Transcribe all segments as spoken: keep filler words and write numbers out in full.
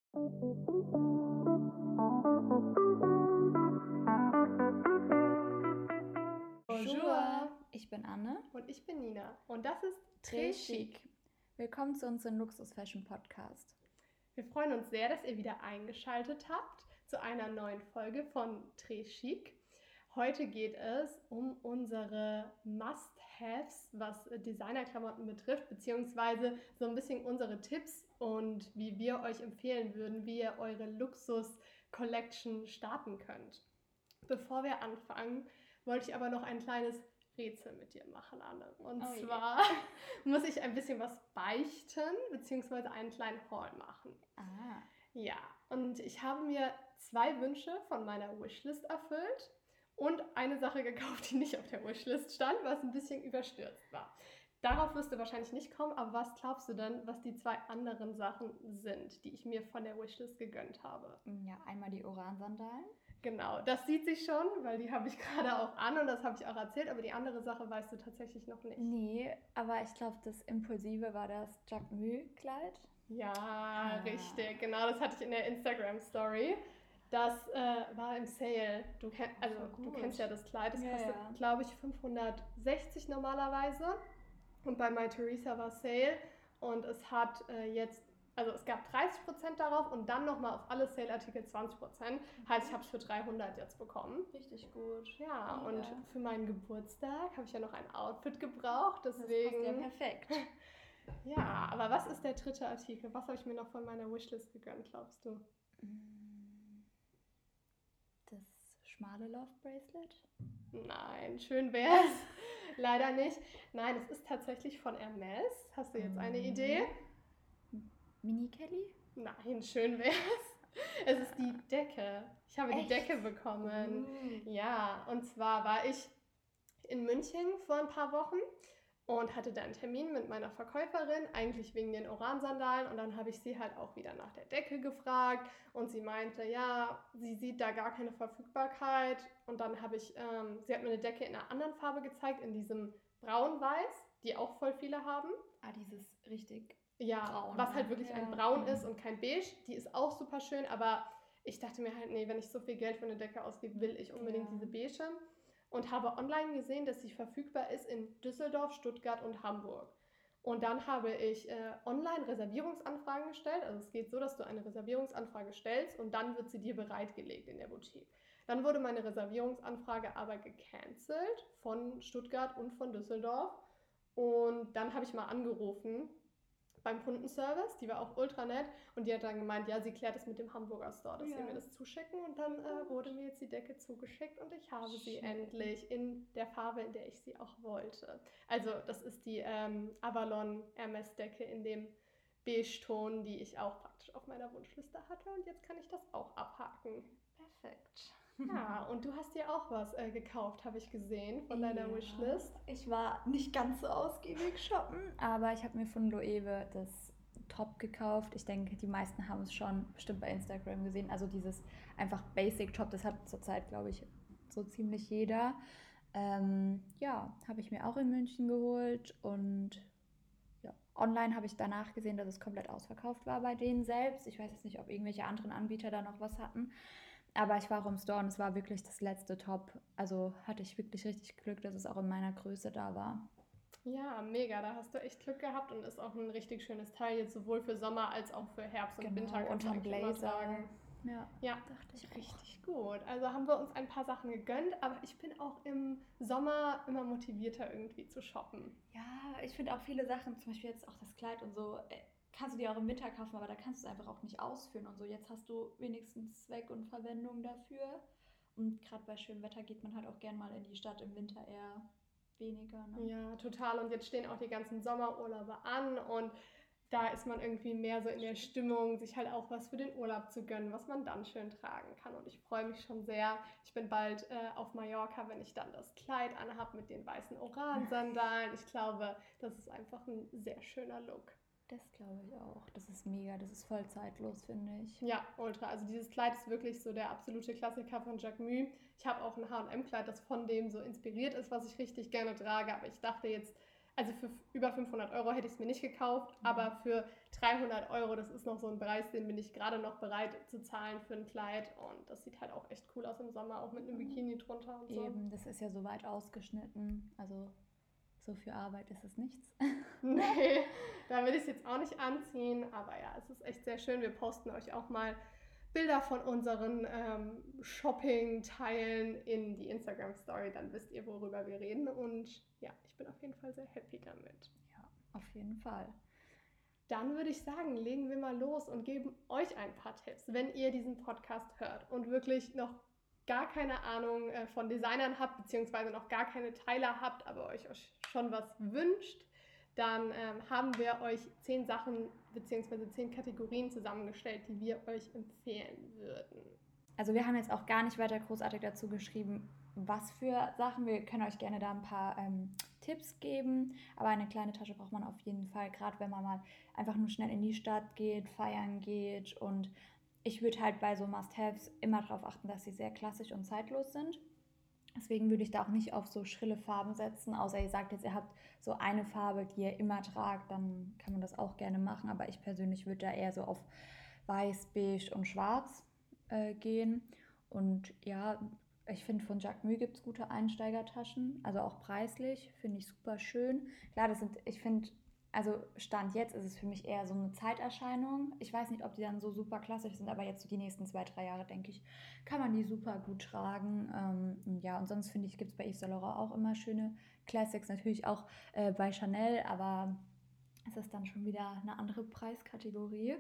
Bonjour, ich bin Anne und ich bin Nina und das ist Très Chic. Willkommen zu unserem Luxus-Fashion-Podcast. Wir freuen uns sehr, dass ihr wieder eingeschaltet habt zu einer neuen Folge von Très Chic. Heute geht es um unsere Must-Haves, was Designerklamotten betrifft, beziehungsweise so ein bisschen unsere Tipps und wie wir euch empfehlen würden, wie ihr eure Luxus-Collection starten könnt. Bevor wir anfangen, wollte ich aber noch ein kleines Rätsel mit dir machen, Anne. Und oh zwar yeah. muss ich ein bisschen was beichten, beziehungsweise einen kleinen Haul machen. Ah. Ja, und ich habe mir zwei Wünsche von meiner Wishlist erfüllt und eine Sache gekauft, die nicht auf der Wishlist stand, was ein bisschen überstürzt war. Darauf wirst du wahrscheinlich nicht kommen, aber was glaubst du denn, was die zwei anderen Sachen sind, die ich mir von der Wishlist gegönnt habe? Ja, einmal die Oran-Sandalen. Genau, das sieht sich schon, weil die habe ich gerade auch an und das habe ich auch erzählt, aber die andere Sache weißt du tatsächlich noch nicht. Nee, aber ich glaube, das Impulsive war das Jacquemus-Kleid. Ja, ah. richtig, genau, das hatte ich in der Instagram-Story. Das äh, war im Sale. Du, kenn, also, du kennst ja das Kleid, das ja, kostet, ja. glaube ich, fünfhundertsechzig normalerweise und bei MyTheresa war Sale und es hat äh, jetzt Also es gab dreißig Prozent darauf und dann nochmal auf alle Sale-Artikel zwanzig Prozent. Heißt, ich habe es für dreihundert jetzt bekommen. Richtig gut. Ja, ja, und für meinen Geburtstag habe ich ja noch ein Outfit gebraucht. Deswegen... Das passt ja perfekt. Ja, aber was ist der dritte Artikel? Was habe ich mir noch von meiner Wishlist gegönnt, glaubst du? Das schmale Love Bracelet? Nein, schön wär's. Leider nicht. Nein, es ist tatsächlich von Hermes. Hast du jetzt eine Idee? Mini Kelly? Nein, schön wär's. Es ist die Decke. Ich habe Echt? die Decke bekommen. Mm. Ja, und zwar war ich in München vor ein paar Wochen und hatte da einen Termin mit meiner Verkäuferin, eigentlich wegen den Oran-Sandalen. Und dann habe ich sie halt auch wieder nach der Decke gefragt und sie meinte, ja, sie sieht da gar keine Verfügbarkeit. Und dann habe ich, ähm, sie hat mir eine Decke in einer anderen Farbe gezeigt, in diesem Braun-Weiß, die auch voll viele haben. Ah, dieses richtig... Ja, braun, was halt wirklich ja. ein Braun mhm. ist und kein Beige. Die ist auch super schön, aber ich dachte mir halt, nee, wenn ich so viel Geld für eine Decke ausgebe, will ich unbedingt ja. diese Beige. Und habe online gesehen, dass sie verfügbar ist in Düsseldorf, Stuttgart und Hamburg. Und dann habe ich äh, online Reservierungsanfragen gestellt. Also es geht so, dass du eine Reservierungsanfrage stellst und dann wird sie dir bereitgelegt in der Boutique. Dann wurde meine Reservierungsanfrage aber gecancelt von Stuttgart und von Düsseldorf. Und dann habe ich mal angerufen beim Kundenservice, die war auch ultra nett und die hat dann gemeint, ja, sie klärt es mit dem Hamburger Store, dass ja. sie mir das zuschicken und dann äh, wurde mir jetzt die Decke zugeschickt und ich habe Schön. sie endlich in der Farbe, in der ich sie auch wollte. Also das ist die ähm, Avalon Hermes Decke in dem Beige-Ton, die ich auch praktisch auf meiner Wunschliste hatte und jetzt kann ich das auch abhaken. Perfekt. Ja, und du hast dir auch was äh, gekauft, habe ich gesehen, von deiner ja, Wishlist. Ich war nicht ganz so ausgiebig shoppen, aber ich habe mir von Loewe das Top gekauft. Ich denke, die meisten haben es schon bestimmt bei Instagram gesehen. Also dieses einfach Basic Top, das hat zurzeit, glaube ich, so ziemlich jeder. Ähm, ja, habe ich mir auch in München geholt und ja, online habe ich danach gesehen, dass es komplett ausverkauft war bei denen selbst. Ich weiß jetzt nicht, ob irgendwelche anderen Anbieter da noch was hatten. Aber ich war auch im Store und es war wirklich das letzte Top. Also hatte ich wirklich richtig Glück, dass es auch in meiner Größe da war. Ja, mega. Da hast du echt Glück gehabt und ist auch ein richtig schönes Teil jetzt sowohl für Sommer als auch für Herbst und genau, Winter. Unterm Blazer. Ja, ja, dachte ich richtig auch. Gut. Also haben wir uns ein paar Sachen gegönnt, aber ich bin auch im Sommer immer motivierter irgendwie zu shoppen. Ja, ich finde auch viele Sachen, zum Beispiel jetzt auch das Kleid und so, kannst du dir auch im Winter kaufen, aber da kannst du es einfach auch nicht ausführen und so. Jetzt hast du wenigstens Zweck und Verwendung dafür. Und gerade bei schönem Wetter geht man halt auch gern mal in die Stadt, im Winter eher weniger. Ne? Ja, total. Und jetzt stehen auch die ganzen Sommerurlaube an und da ist man irgendwie mehr so in der Stimmung, sich halt auch was für den Urlaub zu gönnen, was man dann schön tragen kann. Und ich freue mich schon sehr. Ich bin bald äh, auf Mallorca, wenn ich dann das Kleid anhabe mit den weißen Oran-Sandalen. Ich glaube, das ist einfach ein sehr schöner Look. Das glaube ich auch. Das ist mega, das ist voll zeitlos, finde ich. Ja, ultra. Also dieses Kleid ist wirklich so der absolute Klassiker von Jacquemus. Ich habe auch ein H und M-Kleid, das von dem so inspiriert ist, was ich richtig gerne trage. Aber ich dachte jetzt, Also für über fünfhundert Euro hätte ich es mir nicht gekauft, Mhm. aber für dreihundert Euro, das ist noch so ein Preis, den bin ich gerade noch bereit zu zahlen für ein Kleid. Und das sieht halt auch echt cool aus im Sommer, auch mit einem Bikini drunter und so. Eben, das ist ja so weit ausgeschnitten. Also so viel Arbeit ist es nichts. Nee, da will ich es jetzt auch nicht anziehen. Aber ja, es ist echt sehr schön. Wir posten euch auch mal Bilder von unseren ähm, Shopping-Teilen in die Instagram-Story. Dann wisst ihr, worüber wir reden. Und ja, ich bin auf jeden Fall sehr happy damit. Ja, auf jeden Fall. Dann würde ich sagen, legen wir mal los und geben euch ein paar Tipps, wenn ihr diesen Podcast hört und wirklich noch gar keine Ahnung äh, von Designern habt, beziehungsweise noch gar keine Teile habt, aber euch, euch schon was wünscht, dann ähm, haben wir euch zehn Sachen beziehungsweise zehn Kategorien zusammengestellt, die wir euch empfehlen würden. Also wir haben jetzt auch gar nicht weiter großartig dazu geschrieben, was für Sachen. Wir können euch gerne da ein paar ähm, Tipps geben, aber eine kleine Tasche braucht man auf jeden Fall, gerade wenn man mal einfach nur schnell in die Stadt geht, feiern geht. Und ich würde halt bei so Must-Haves immer darauf achten, dass sie sehr klassisch und zeitlos sind. Deswegen würde ich da auch nicht auf so schrille Farben setzen, außer ihr sagt jetzt, ihr habt so eine Farbe, die ihr immer tragt, dann kann man das auch gerne machen. Aber ich persönlich würde da eher so auf weiß, beige und schwarz äh, gehen. Und ja, ich finde, von Jacquemus gibt es gute Einsteigertaschen, also auch preislich, finde ich super schön. Klar, das sind, ich finde, also Stand jetzt ist es für mich eher so eine Zeiterscheinung. Ich weiß nicht, ob die dann so super klassisch sind, aber jetzt so die nächsten zwei, drei Jahre, denke ich, kann man die super gut tragen. Ähm, ja, und sonst finde ich, gibt es bei Yves Saint Laurent auch immer schöne Classics, natürlich auch äh, bei Chanel, aber es ist dann schon wieder eine andere Preiskategorie.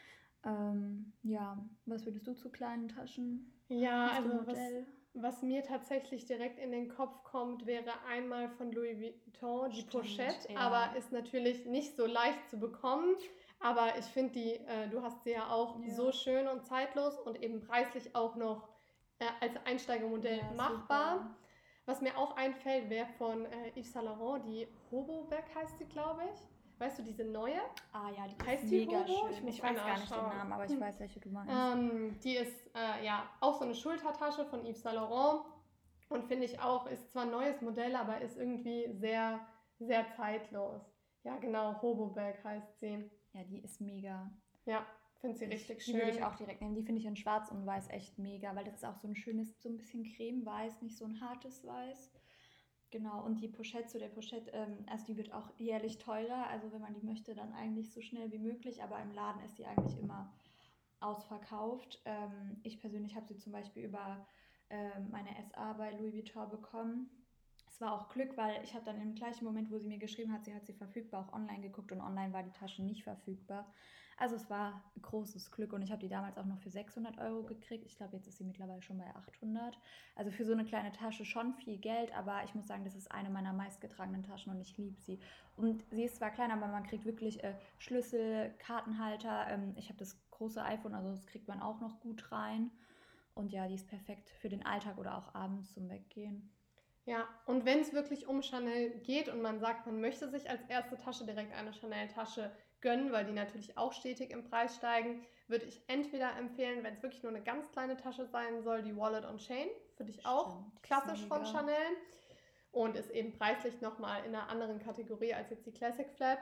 Ähm, ja, was würdest du zu kleinen Taschen? Ja, Hast du ein also was, Modell? was mir tatsächlich direkt in den Kopf kommt, wäre einmal von Louis Vuitton die Stimmt, Pochette, ja. aber ist natürlich nicht so leicht zu bekommen. Aber ich finde die, äh, du hast sie ja auch Ja. so schön und zeitlos und eben preislich auch noch äh, als Einsteigermodell Ja, machbar. super. Was mir auch einfällt, wäre von äh, Yves Saint Laurent, die Hoboback heißt sie, glaube ich. Weißt du, diese neue? Ah ja, die Heißt ist die mega Hobo? schön. Ich muss Ich mal weiß gar nicht den nachschauen. Namen, aber ich Hm. weiß, welche du meinst. Ähm, die ist äh, ja auch so eine Schultertasche von Yves Saint Laurent und finde ich auch, ist zwar ein neues Modell, aber ist irgendwie sehr, sehr zeitlos. Ja, genau, Hoboback heißt sie. Ja, die ist mega. Ja, finde sie Ich, richtig die schön. würde ich auch direkt nehmen. Die finde ich in schwarz und weiß echt mega, weil das ist auch so ein schönes, so ein bisschen cremeweiß, nicht so ein hartes Weiß. Genau, und die Pochette zu der Pochette, ähm, also die wird auch jährlich teurer. Also wenn man die möchte, dann eigentlich so schnell wie möglich, aber im Laden ist die eigentlich immer ausverkauft. Ähm, ich persönlich habe sie zum Beispiel über ähm, meine S A bei Louis Vuitton bekommen. Es war auch Glück, weil ich habe dann im gleichen Moment, wo sie mir geschrieben hat, sie hat sie verfügbar, auch online geguckt und online war die Tasche nicht verfügbar. Also es war großes Glück und ich habe die damals auch noch für sechshundert Euro gekriegt. Ich glaube, jetzt ist sie mittlerweile schon bei achthundert. Also für so eine kleine Tasche schon viel Geld, aber ich muss sagen, das ist eine meiner meistgetragenen Taschen und ich liebe sie. Und sie ist zwar klein, aber man kriegt wirklich äh, Schlüssel, Kartenhalter. Ähm, ich habe das große iPhone, also das kriegt man auch noch gut rein. Und ja, die ist perfekt für den Alltag oder auch abends zum Weggehen. Ja, und wenn es wirklich um Chanel geht und man sagt, man möchte sich als erste Tasche direkt eine Chanel-Tasche gönnen, weil die natürlich auch stetig im Preis steigen, würde ich entweder empfehlen, wenn es wirklich nur eine ganz kleine Tasche sein soll, die Wallet on Chain, finde ich auch Stimmt, die ist klassisch von mega. Chanel und ist eben preislich nochmal in einer anderen Kategorie als jetzt die Classic Flaps.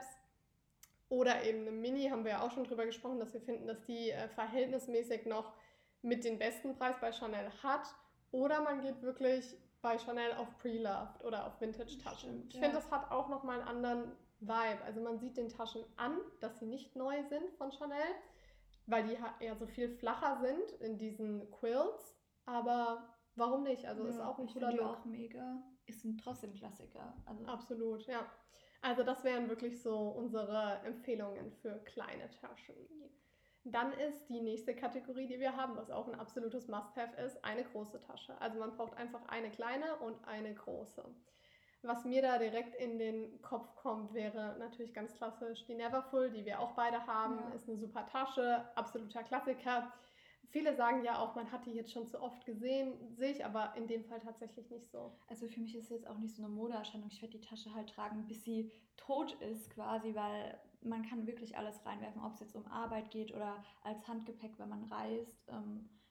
Oder eben eine Mini, haben wir ja auch schon drüber gesprochen, dass wir finden, dass die äh, verhältnismäßig noch mit den besten Preis bei Chanel hat. Oder man geht wirklich bei Chanel auf Pre-Loved oder auf Vintage-Taschen. Stimmt, Ich ja. finde, das hat auch nochmal einen anderen Vibe. Also man sieht den Taschen an, dass sie nicht neu sind von Chanel, weil die ha- ja so viel flacher sind in diesen Quills. Aber warum nicht? Also ist auch ein ich cooler finde die Look. auch mega. Ist ein trotzdem Klassiker. Also Absolut, ja. Also das wären wirklich so unsere Empfehlungen für kleine Taschen. Dann ist die nächste Kategorie, die wir haben, was auch ein absolutes Must-Have ist, eine große Tasche. Also man braucht einfach eine kleine und eine große. Was mir da direkt in den Kopf kommt, wäre natürlich ganz klassisch die Neverfull, die wir auch beide haben. Ja. Ist eine super Tasche, absoluter Klassiker. Viele sagen ja auch, man hat die jetzt schon zu oft gesehen, sehe ich aber in dem Fall tatsächlich nicht so. Also für mich ist es jetzt auch nicht so eine Modeerscheinung. Ich werde die Tasche halt tragen, bis sie tot ist quasi, weil man kann wirklich alles reinwerfen, ob es jetzt um Arbeit geht oder als Handgepäck, wenn man reist. Ähm,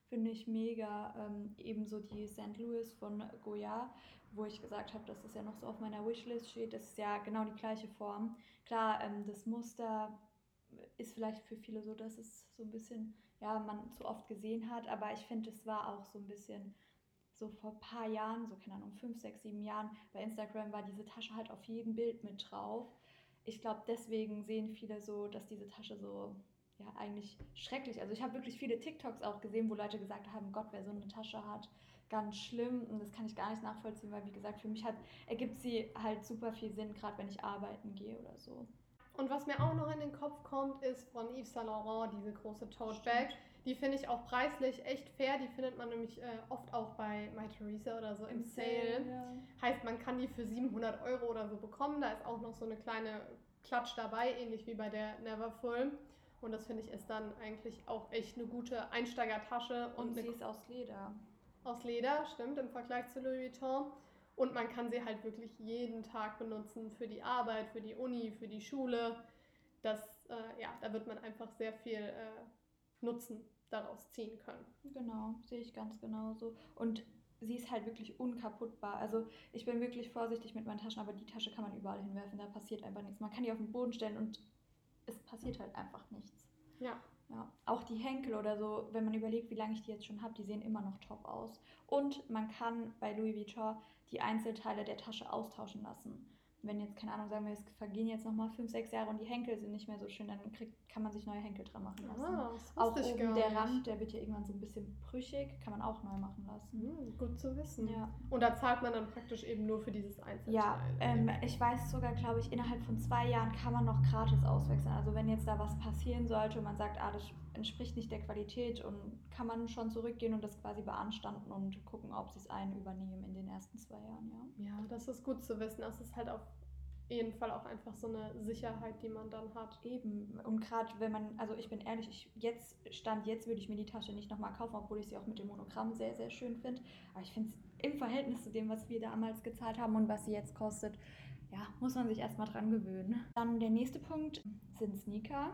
finde ich mega. Ähm, ebenso die Saint Louis von Goya, wo ich gesagt habe, dass das ja noch so auf meiner Wishlist steht. Das ist ja genau die gleiche Form. Klar, ähm, das Muster ist vielleicht für viele so, dass es so ein bisschen, ja, man zu oft gesehen hat, aber ich finde, es war auch so ein bisschen so vor ein paar Jahren, so keine Ahnung, fünf, sechs, sieben Jahren, bei Instagram war diese Tasche halt auf jedem Bild mit drauf. Ich glaube, deswegen sehen viele so, dass diese Tasche so, ja, eigentlich schrecklich. Also ich habe wirklich viele TikToks auch gesehen, wo Leute gesagt haben, Gott, wer so eine Tasche hat, ganz schlimm. Und das kann ich gar nicht nachvollziehen, weil wie gesagt, für mich hat, ergibt sie halt super viel Sinn, gerade wenn ich arbeiten gehe oder so. Und was mir auch noch in den Kopf kommt, ist von Yves Saint Laurent diese große Tote Bag. Die finde ich auch preislich echt fair. Die findet man nämlich äh, oft auch bei Mytheresa oder so im, im Sale. Sale. Ja. Heißt, man kann die für siebenhundert Euro oder so bekommen. Da ist auch noch so eine kleine Klatsch dabei, ähnlich wie bei der Neverfull. Und das finde ich ist dann eigentlich auch echt eine gute Einsteigertasche. Und, und sie ist aus Leder. Aus Leder, stimmt, im Vergleich zu Louis Vuitton. Und man kann sie halt wirklich jeden Tag benutzen für die Arbeit, für die Uni, für die Schule. Das, äh, ja, da wird man einfach sehr viel äh, Nutzen daraus ziehen können. Genau, sehe ich ganz genauso. Und sie ist halt wirklich unkaputtbar. Also ich bin wirklich vorsichtig mit meinen Taschen, aber die Tasche kann man überall hinwerfen, da passiert einfach nichts. Man kann die auf den Boden stellen und es passiert halt einfach nichts. Ja. Ja, auch die Henkel oder so, wenn man überlegt, wie lange ich die jetzt schon habe, die sehen immer noch top aus. Und man kann bei Louis Vuitton die Einzelteile der Tasche austauschen lassen. Wenn jetzt, keine Ahnung, sagen wir, es vergehen jetzt nochmal fünf, sechs Jahre und die Henkel sind nicht mehr so schön, dann kriegt, kann man sich neue Henkel dran machen lassen. Ah, das auch ich oben gar der nicht. Rand, der wird ja irgendwann so ein bisschen brüchig, kann man auch neu machen lassen. Hm, gut zu wissen. Ja. Und da zahlt man dann praktisch eben nur für dieses Einzelteil. Ja, ähm, ich weiß sogar, glaube ich, innerhalb von zwei Jahren kann man noch gratis auswechseln. Also wenn jetzt da was passieren sollte und man sagt, ah, das entspricht nicht der Qualität, und kann man schon zurückgehen und das quasi beanstanden und gucken, ob sie es einen übernehmen in den ersten zwei Jahren, ja. Ja, das ist gut zu wissen. Das ist halt auf jeden Fall auch einfach so eine Sicherheit, die man dann hat. Eben. Und gerade wenn man, also ich bin ehrlich, ich jetzt, Stand jetzt würde ich mir die Tasche nicht nochmal kaufen, obwohl ich sie auch mit dem Monogramm sehr, sehr schön finde. Aber ich finde es im Verhältnis zu dem, was wir damals gezahlt haben und was sie jetzt kostet, ja, muss man sich erstmal dran gewöhnen. Dann der nächste Punkt sind Sneaker.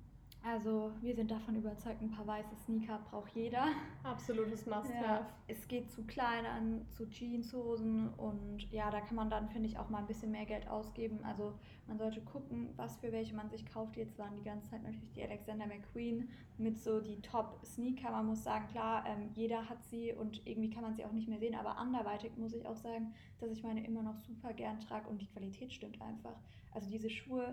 Also wir sind davon überzeugt, ein paar weiße Sneaker braucht jeder. Absolutes Must-have. Ja, es geht zu Kleidern, zu Jeanshosen und ja, da kann man dann, finde ich, auch mal ein bisschen mehr Geld ausgeben. Also man sollte gucken, was für welche man sich kauft. Jetzt waren die ganze Zeit natürlich die Alexander McQueen mit so die Top-Sneaker. Man muss sagen, klar, ähm, jeder hat sie und irgendwie kann man sie auch nicht mehr sehen, aber anderweitig muss ich auch sagen, dass ich meine immer noch super gern trage und die Qualität stimmt einfach. Also diese Schuhe,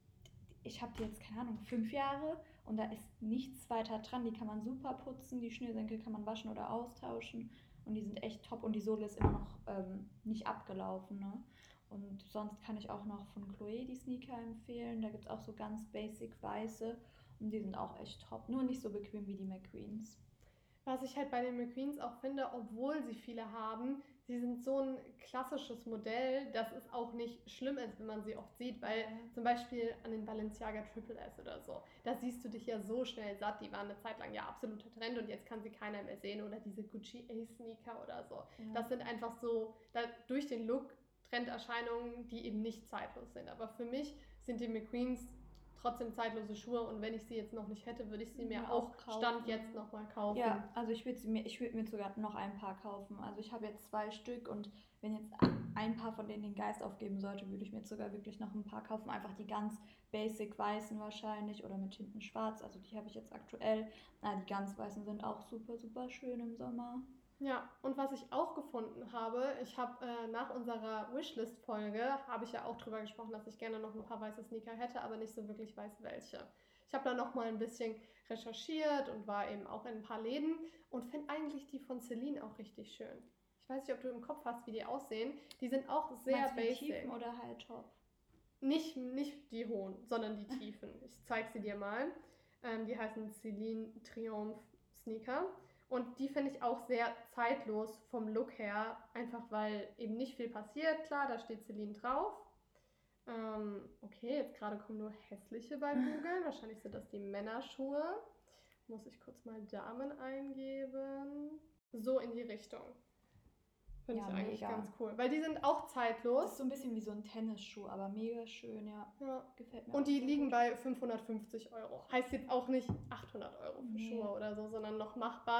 ich habe die jetzt, keine Ahnung, fünf Jahre und da ist nichts weiter dran. Die kann man super putzen, die Schnürsenkel kann man waschen oder austauschen und die sind echt top und die Sohle ist immer noch ähm, nicht abgelaufen. Ne? Und sonst kann ich auch noch von Chloé die Sneaker empfehlen. Da gibt es auch so ganz basic weiße und die sind auch echt top. Nur nicht so bequem wie die McQueens. Was ich halt bei den McQueens auch finde, obwohl sie viele haben, sie sind so ein klassisches Modell, dass es auch nicht schlimm ist, wenn man sie oft sieht, weil ja. Zum Beispiel an den Balenciaga Triple S oder so, da siehst du dich ja so schnell satt, die waren eine Zeit lang ja absoluter Trend und jetzt kann sie keiner mehr sehen, oder diese Gucci A-Sneaker oder so. Ja. Das sind einfach so, da, durch den Look, Trenderscheinungen, die eben nicht zeitlos sind. Aber für mich sind die McQueens trotzdem zeitlose Schuhe und wenn ich sie jetzt noch nicht hätte, würde ich sie mir ja, auch kaufen. Stand jetzt nochmal kaufen. Ja, also ich würde sie mir, ich würde mir sogar noch ein paar kaufen. Also ich habe jetzt zwei Stück und wenn jetzt ein paar von denen den Geist aufgeben sollte, würde ich mir jetzt sogar wirklich noch ein paar kaufen. Einfach die ganz basic weißen wahrscheinlich oder mit hinten schwarz. Also die habe ich jetzt aktuell. Na, die ganz weißen sind auch super, super schön im Sommer. Ja, und was ich auch gefunden habe, ich habe äh, nach unserer Wishlist-Folge, habe ich ja auch drüber gesprochen, dass ich gerne noch ein paar weiße Sneaker hätte, aber nicht so wirklich weiß welche. Ich habe da noch mal ein bisschen recherchiert und war eben auch in ein paar Läden und finde eigentlich die von Celine auch richtig schön. Ich weiß nicht, ob du im Kopf hast, wie die aussehen. Die sind auch sehr Meinst du basic. Die tiefen oder High Top? Nicht, nicht die hohen, sondern die tiefen. Ich zeige sie dir mal. Ähm, die heißen Celine Triumph Sneaker. Und die finde ich auch sehr zeitlos vom Look her, einfach weil eben nicht viel passiert. Klar, da steht Celine drauf. Ähm, okay, jetzt gerade kommen nur hässliche beim Googlen. Wahrscheinlich sind das die Männerschuhe. Muss ich kurz mal Damen eingeben. So in die Richtung. Finde ja, ich eigentlich mega. ganz cool. Weil die sind auch zeitlos. Das ist so ein bisschen wie so ein Tennisschuh, aber mega schön, ja. ja. Gefällt mir. Und auch die sehr liegen gut. bei fünfhundertfünfzig Euro. Heißt jetzt auch nicht achthundert Euro für Nee. Schuhe oder so, sondern noch machbar.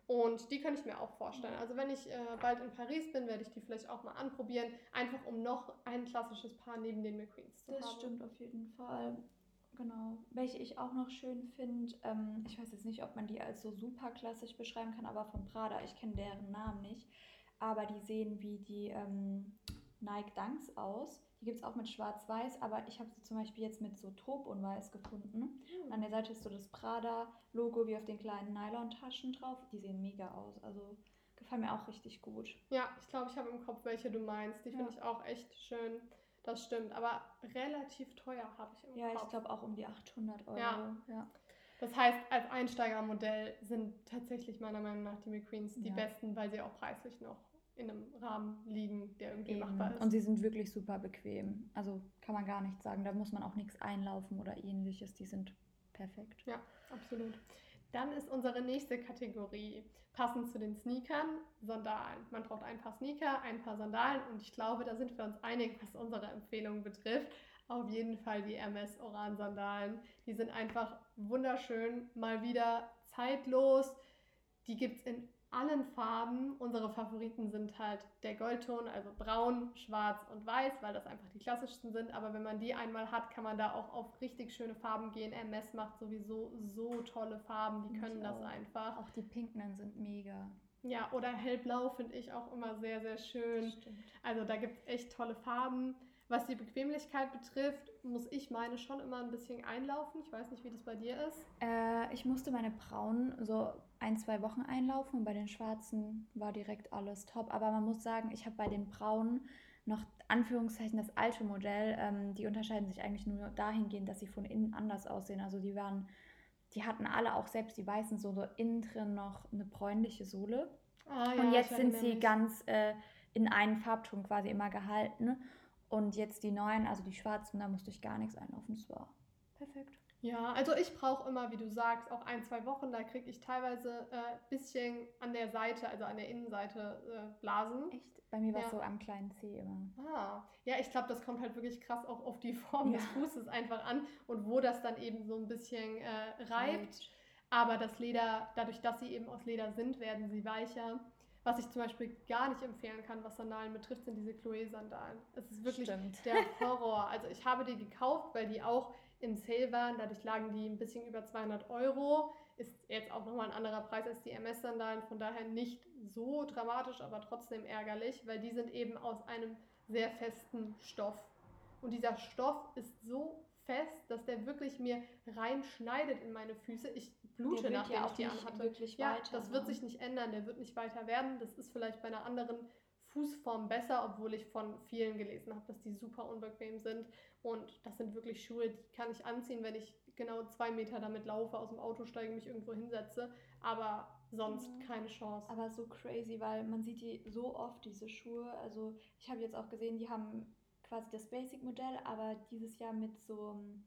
Und die könnte ich mir auch vorstellen. Also wenn ich äh, bald in Paris bin, werde ich die vielleicht auch mal anprobieren, einfach um noch ein klassisches Paar neben den McQueens zu Das haben. stimmt auf jeden Fall. Genau. Welche ich auch noch schön finde, ähm, ich weiß jetzt nicht, ob man die als so super klassisch beschreiben kann, aber von Prada, ich kenne deren Namen nicht, aber die sehen wie die ähm, Nike Dunks aus. Die gibt es auch mit Schwarz-Weiß, aber ich habe sie zum Beispiel jetzt mit so Taub und Weiß gefunden. Und an der Seite ist so das Prada-Logo wie auf den kleinen Nylon-Taschen drauf. Die sehen mega aus, also gefallen mir auch richtig gut. Ja, ich glaube, ich habe im Kopf, welche du meinst. Die finde Ja. ich auch echt schön. Das stimmt, aber relativ teuer habe ich im Ja, Kopf. ich glaube auch um die achthundert Euro. Ja. Ja. Das heißt, als Einsteigermodell sind tatsächlich meiner Meinung nach die McQueens die Ja. besten, weil sie auch preislich noch in einem Rahmen liegen, der irgendwie Eben. machbar ist. Und sie sind wirklich super bequem. Also kann man gar nichts sagen. Da muss man auch nichts einlaufen oder ähnliches. Die sind perfekt. Ja, absolut. Dann ist unsere nächste Kategorie passend zu den Sneakern, Sandalen. Man braucht ein paar Sneaker, ein paar Sandalen und ich glaube, da sind wir uns einig, was unsere Empfehlungen betrifft. Auf jeden Fall die Hermes Oran Sandalen. Die sind einfach wunderschön, mal wieder zeitlos. Die gibt es in allen Farben. Unsere Favoriten sind halt der Goldton, also braun, schwarz und weiß, weil das einfach die klassischsten sind. Aber wenn man die einmal hat, kann man da auch auf richtig schöne Farben gehen. Hermes macht sowieso so tolle Farben, die Find können ich das auch. einfach. Auch die Pinken sind mega. Ja, oder hellblau finde ich auch immer sehr, sehr schön. Stimmt. Also da gibt es echt tolle Farben. Was die Bequemlichkeit betrifft, muss ich meine schon immer ein bisschen einlaufen. Ich weiß nicht, wie das bei dir ist. Äh, ich musste meine braunen so ein, zwei Wochen einlaufen und bei den schwarzen war direkt alles top. Aber man muss sagen, ich habe bei den braunen noch Anführungszeichen das alte Modell. Ähm, die unterscheiden sich eigentlich nur dahingehend, dass sie von innen anders aussehen. Also die waren, die hatten alle auch selbst die weißen so, so innen drin noch eine bräunliche Sohle. Ah, ja, und jetzt ich sind erinnere sie mich. ganz äh, in einen Farbton quasi immer gehalten. Und jetzt die neuen, also die schwarzen, da musste ich gar nichts einlaufen. Das war perfekt. Ja, also ich brauche immer, wie du sagst, auch ein, zwei Wochen. Da kriege ich teilweise ein äh, bisschen an der Seite, also an der Innenseite äh, Blasen. Echt? Bei mir war es Ja. so am kleinen Zeh immer. Ah, ja, ich glaube, das kommt halt wirklich krass auch auf die Form Ja. des Fußes einfach an und wo das dann eben so ein bisschen äh, reibt. Reibt. Aber das Leder, dadurch, dass sie eben aus Leder sind, werden sie weicher. Was ich zum Beispiel gar nicht empfehlen kann, was Sandalen betrifft, sind diese Chloé-Sandalen. Es ist wirklich Stimmt. der Horror. Also ich habe die gekauft, weil die auch im Sale waren. Dadurch lagen die ein bisschen über zweihundert Euro. Ist jetzt auch nochmal ein anderer Preis als die Hermes-Sandalen. Von daher nicht so dramatisch, aber trotzdem ärgerlich, weil die sind eben aus einem sehr festen Stoff. Und dieser Stoff ist so fest, dass der wirklich mir reinschneidet in meine Füße. Ich blute, Der wird nachdem ja ich auch die nicht anhatte. wirklich Ja, weiter, das ne? wird sich nicht ändern, der wird nicht weiter werden. Das ist vielleicht bei einer anderen Fußform besser, obwohl ich von vielen gelesen habe, dass die super unbequem sind. Und das sind wirklich Schuhe, die kann ich anziehen, wenn ich genau zwei Meter damit laufe, aus dem Auto steige, mich irgendwo hinsetze. Aber sonst Mhm. keine Chance. Aber so crazy, weil man sieht die so oft, diese Schuhe. Also ich habe jetzt auch gesehen, die haben quasi das Basic-Modell, aber dieses Jahr mit so, ähm,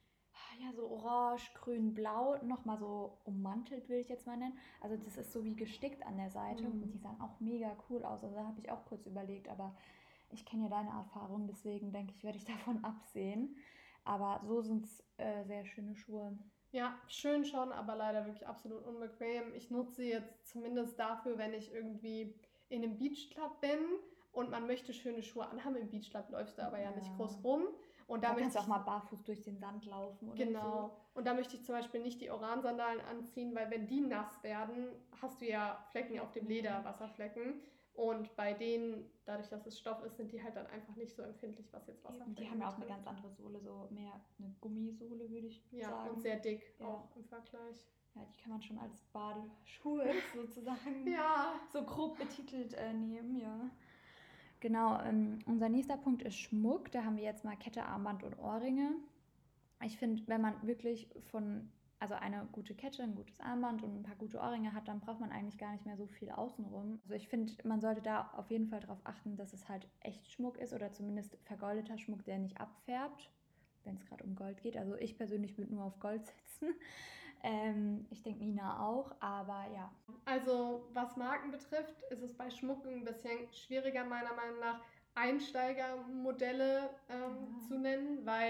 ja, so orange, grün, blau, nochmal so ummantelt, will ich jetzt mal nennen. Also das ist so wie gestickt an der Seite Mhm. und die sahen auch mega cool aus. Also da habe ich auch kurz überlegt, aber ich kenne ja deine Erfahrung, deswegen denke ich, werde ich davon absehen. Aber so sind es äh, sehr schöne Schuhe. Ja, schön schon, aber leider wirklich absolut unbequem. Ich nutze sie jetzt zumindest dafür, wenn ich irgendwie in einem Beachclub bin und man möchte schöne Schuhe anhaben. Im Beachclub läufst du aber ja, Ja. nicht groß rum. Und da, Da möchte kannst du ich, auch mal barfuß durch den Sand laufen oder genau. Und da möchte ich zum Beispiel nicht die Oran-Sandalen anziehen, weil wenn die nass werden, hast du ja Flecken auf dem Leder, Wasserflecken. Und bei denen, dadurch, dass es Stoff ist, sind die halt dann einfach nicht so empfindlich, was jetzt so. Wasserflecken Die haben ja auch eine betrifft. ganz andere Sohle, so mehr eine Gummisohle, würde ich Ja, sagen. und sehr dick Ja. auch im Vergleich. Ja, die kann man schon als Badeschuhe sozusagen Ja, so grob betitelt äh, nehmen, ja. Genau, ähm, unser nächster Punkt ist Schmuck. Da haben wir jetzt mal Kette, Armband und Ohrringe. Ich finde, wenn man wirklich von, also eine gute Kette, ein gutes Armband und ein paar gute Ohrringe hat, dann braucht man eigentlich gar nicht mehr so viel außenrum. Also ich finde, man sollte da auf jeden Fall darauf achten, dass es halt echt Schmuck ist oder zumindest vergoldeter Schmuck, der nicht abfärbt, wenn es gerade um Gold geht. Also ich persönlich würde nur auf Gold setzen. Ähm, ich denke Nina auch, aber ja. also was Marken betrifft, ist es bei Schmuck ein bisschen schwieriger, meiner Meinung nach, Einsteigermodelle ähm, Ja. zu nennen, weil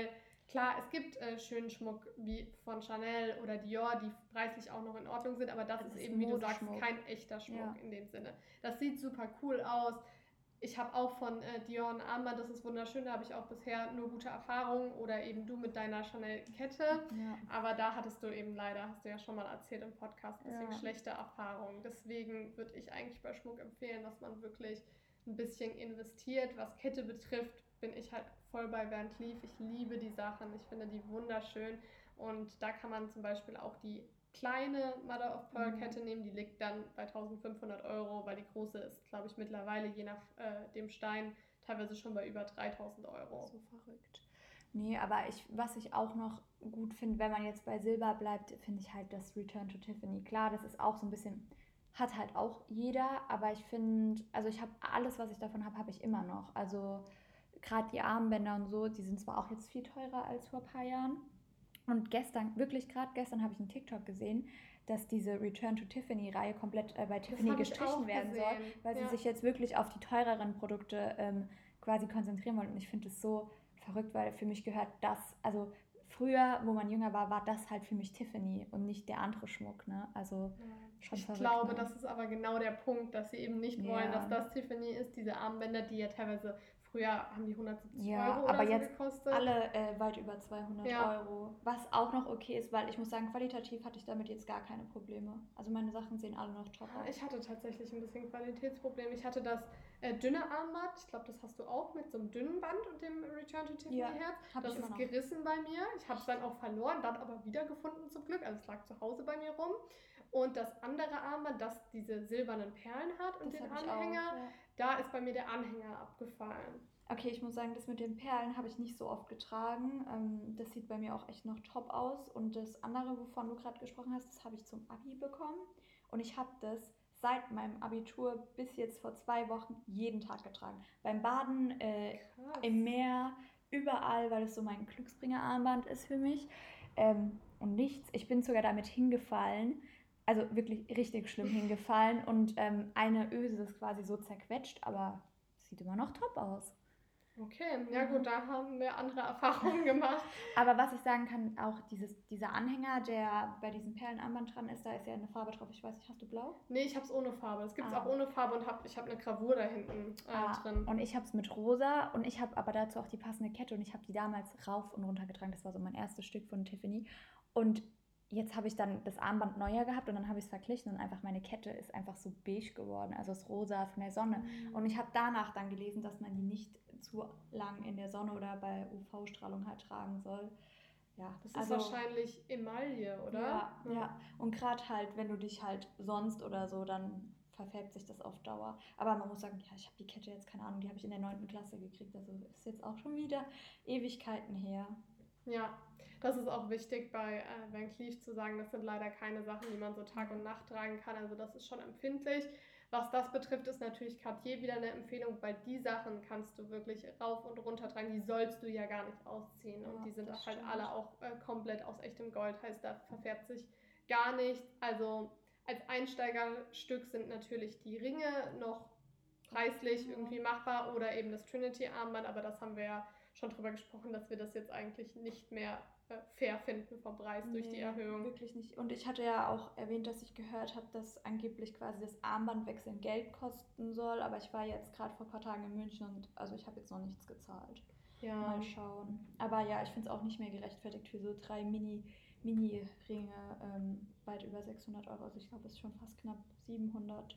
Klar, es gibt äh, schönen Schmuck wie von Chanel oder Dior, die preislich auch noch in Ordnung sind, aber das, das ist, ist eben, wie du sagst, kein echter Schmuck ja. in dem Sinne. Das sieht super cool aus. Ich habe auch von äh, Dior ein Armband, das ist wunderschön, da habe ich auch bisher nur gute Erfahrungen oder eben du mit deiner Chanel-Kette. Ja. Aber da hattest du eben leider, hast du ja schon mal erzählt im Podcast, ein bisschen ja. schlechte Erfahrungen. Deswegen würde ich eigentlich bei Schmuck empfehlen, dass man wirklich ein bisschen investiert. Was Kette betrifft, bin ich halt voll bei Van Cleef. Ich liebe die Sachen, ich finde die wunderschön und da kann man zum Beispiel auch die kleine Mother of Pearl Kette nehmen, die liegt dann bei eintausendfünfhundert Euro, weil die große ist, glaube ich, mittlerweile je nach äh, dem Stein teilweise schon bei über dreitausend Euro. So verrückt. Nee, aber ich, was ich auch noch gut finde, wenn man jetzt bei Silber bleibt, finde ich halt das Return to Tiffany. Klar, das ist auch so ein bisschen, hat halt auch jeder, aber ich finde, also ich habe alles, was ich davon habe, habe ich immer noch. Also gerade die Armbänder und so, die sind zwar auch jetzt viel teurer als vor ein paar Jahren. Und gestern, wirklich gerade gestern habe ich einen TikTok gesehen, dass diese Return to Tiffany-Reihe komplett äh, bei Tiffany gestrichen werden soll, weil ja. sie sich jetzt wirklich auf die teureren Produkte ähm, quasi konzentrieren wollen. Und ich finde es so verrückt, weil für mich gehört das, also früher, wo man jünger war, war das halt für mich Tiffany und nicht der andere Schmuck, ne? Also schon ich verrückt. Ich glaube, ne? Das ist aber genau der Punkt, dass sie eben nicht ja. wollen, dass das Tiffany ist, diese Armbänder, die ja teilweise früher haben die hundertsiebzig ja, Euro oder aber so jetzt gekostet. Alle äh, weit über zweihundert ja. Euro. Was auch noch okay ist, weil ich muss sagen, qualitativ hatte ich damit jetzt gar keine Probleme. Also meine Sachen sehen alle noch top aus. Ich hatte tatsächlich ein bisschen Qualitätsproblem. Ich hatte das äh, dünne Armband, ich glaube, das hast du auch mit so einem dünnen Band und dem Return to Tiffany ja, Herz. Das ist gerissen bei mir. Ich habe es dann auch verloren, dann aber wiedergefunden zum Glück. Also es lag zu Hause bei mir rum. Und das andere Armband, das diese silbernen Perlen hat und das den Anhänger, auch, ja. da ist bei mir der Anhänger abgefallen. Okay, ich muss sagen, das mit den Perlen habe ich nicht so oft getragen. Ähm, das sieht bei mir auch echt noch top aus. Und das andere, wovon du gerade gesprochen hast, das habe ich zum Abi bekommen. Und ich habe das seit meinem Abitur bis jetzt vor zwei Wochen jeden Tag getragen. Beim Baden, äh, im Meer, überall, weil es so mein Glücksbringer-Armband ist für mich. Ähm, und nichts. Ich bin sogar damit hingefallen. Also wirklich richtig schlimm hingefallen. Und ähm, eine Öse ist quasi so zerquetscht, aber sieht immer noch top aus. Okay, ja gut, da haben wir andere Erfahrungen gemacht. Aber was ich sagen kann, auch dieses, dieser Anhänger, der bei diesem Perlenarmband dran ist, da ist ja eine Farbe drauf. Ich weiß nicht, hast du blau? Nee, ich habe es ohne Farbe. Das gibt es ah. auch ohne Farbe und hab, ich habe eine Gravur da hinten äh, ah. drin. Und ich habe es mit rosa und ich habe aber dazu auch die passende Kette und ich habe die damals rauf und runter getragen. Das war so mein erstes Stück von Tiffany. Und jetzt habe ich dann das Armband neuer gehabt und dann habe ich es verglichen und einfach meine Kette ist einfach so beige geworden, also das rosa von der Sonne. Mhm. Und ich habe danach dann gelesen, dass man die nicht zu lang in der Sonne oder bei U V-Strahlung halt tragen soll. Ja, das also, ist wahrscheinlich Emaille, oder? Ja, ja. ja. Und gerade halt, wenn du dich halt sonst oder so, dann verfärbt sich das auf Dauer. Aber man muss sagen, ja, ich habe die Kette jetzt, keine Ahnung, die habe ich in der neunten Klasse gekriegt, also ist jetzt auch schon wieder Ewigkeiten her. Ja, das ist auch wichtig bei äh, Van Cleef zu sagen, das sind leider keine Sachen, die man so Tag und Nacht tragen kann, also das ist schon empfindlich. Was das betrifft, ist natürlich Cartier wieder eine Empfehlung, weil die Sachen kannst du wirklich rauf und runter tragen, die sollst du ja gar nicht ausziehen und ja, die sind halt stimmt. alle auch äh, komplett aus echtem Gold, heißt, da verfärbt sich gar nichts. Also als Einsteigerstück sind natürlich die Ringe noch preislich ja. irgendwie machbar oder eben das Trinity-Armband, aber das haben wir ja schon drüber gesprochen, dass wir das jetzt eigentlich nicht mehr äh, fair finden vom Preis nee, durch die Erhöhung. Wirklich nicht. Und ich hatte ja auch erwähnt, dass ich gehört habe, dass angeblich quasi das Armbandwechseln Geld kosten soll, aber ich war jetzt gerade vor ein paar Tagen in München und also ich habe jetzt noch nichts gezahlt. Ja. Mal schauen. Aber ja, ich finde es auch nicht mehr gerechtfertigt für so drei Mini, Mini-Ringe ähm, weit über sechshundert Euro. Also ich glaube, es ist schon fast knapp siebenhundert.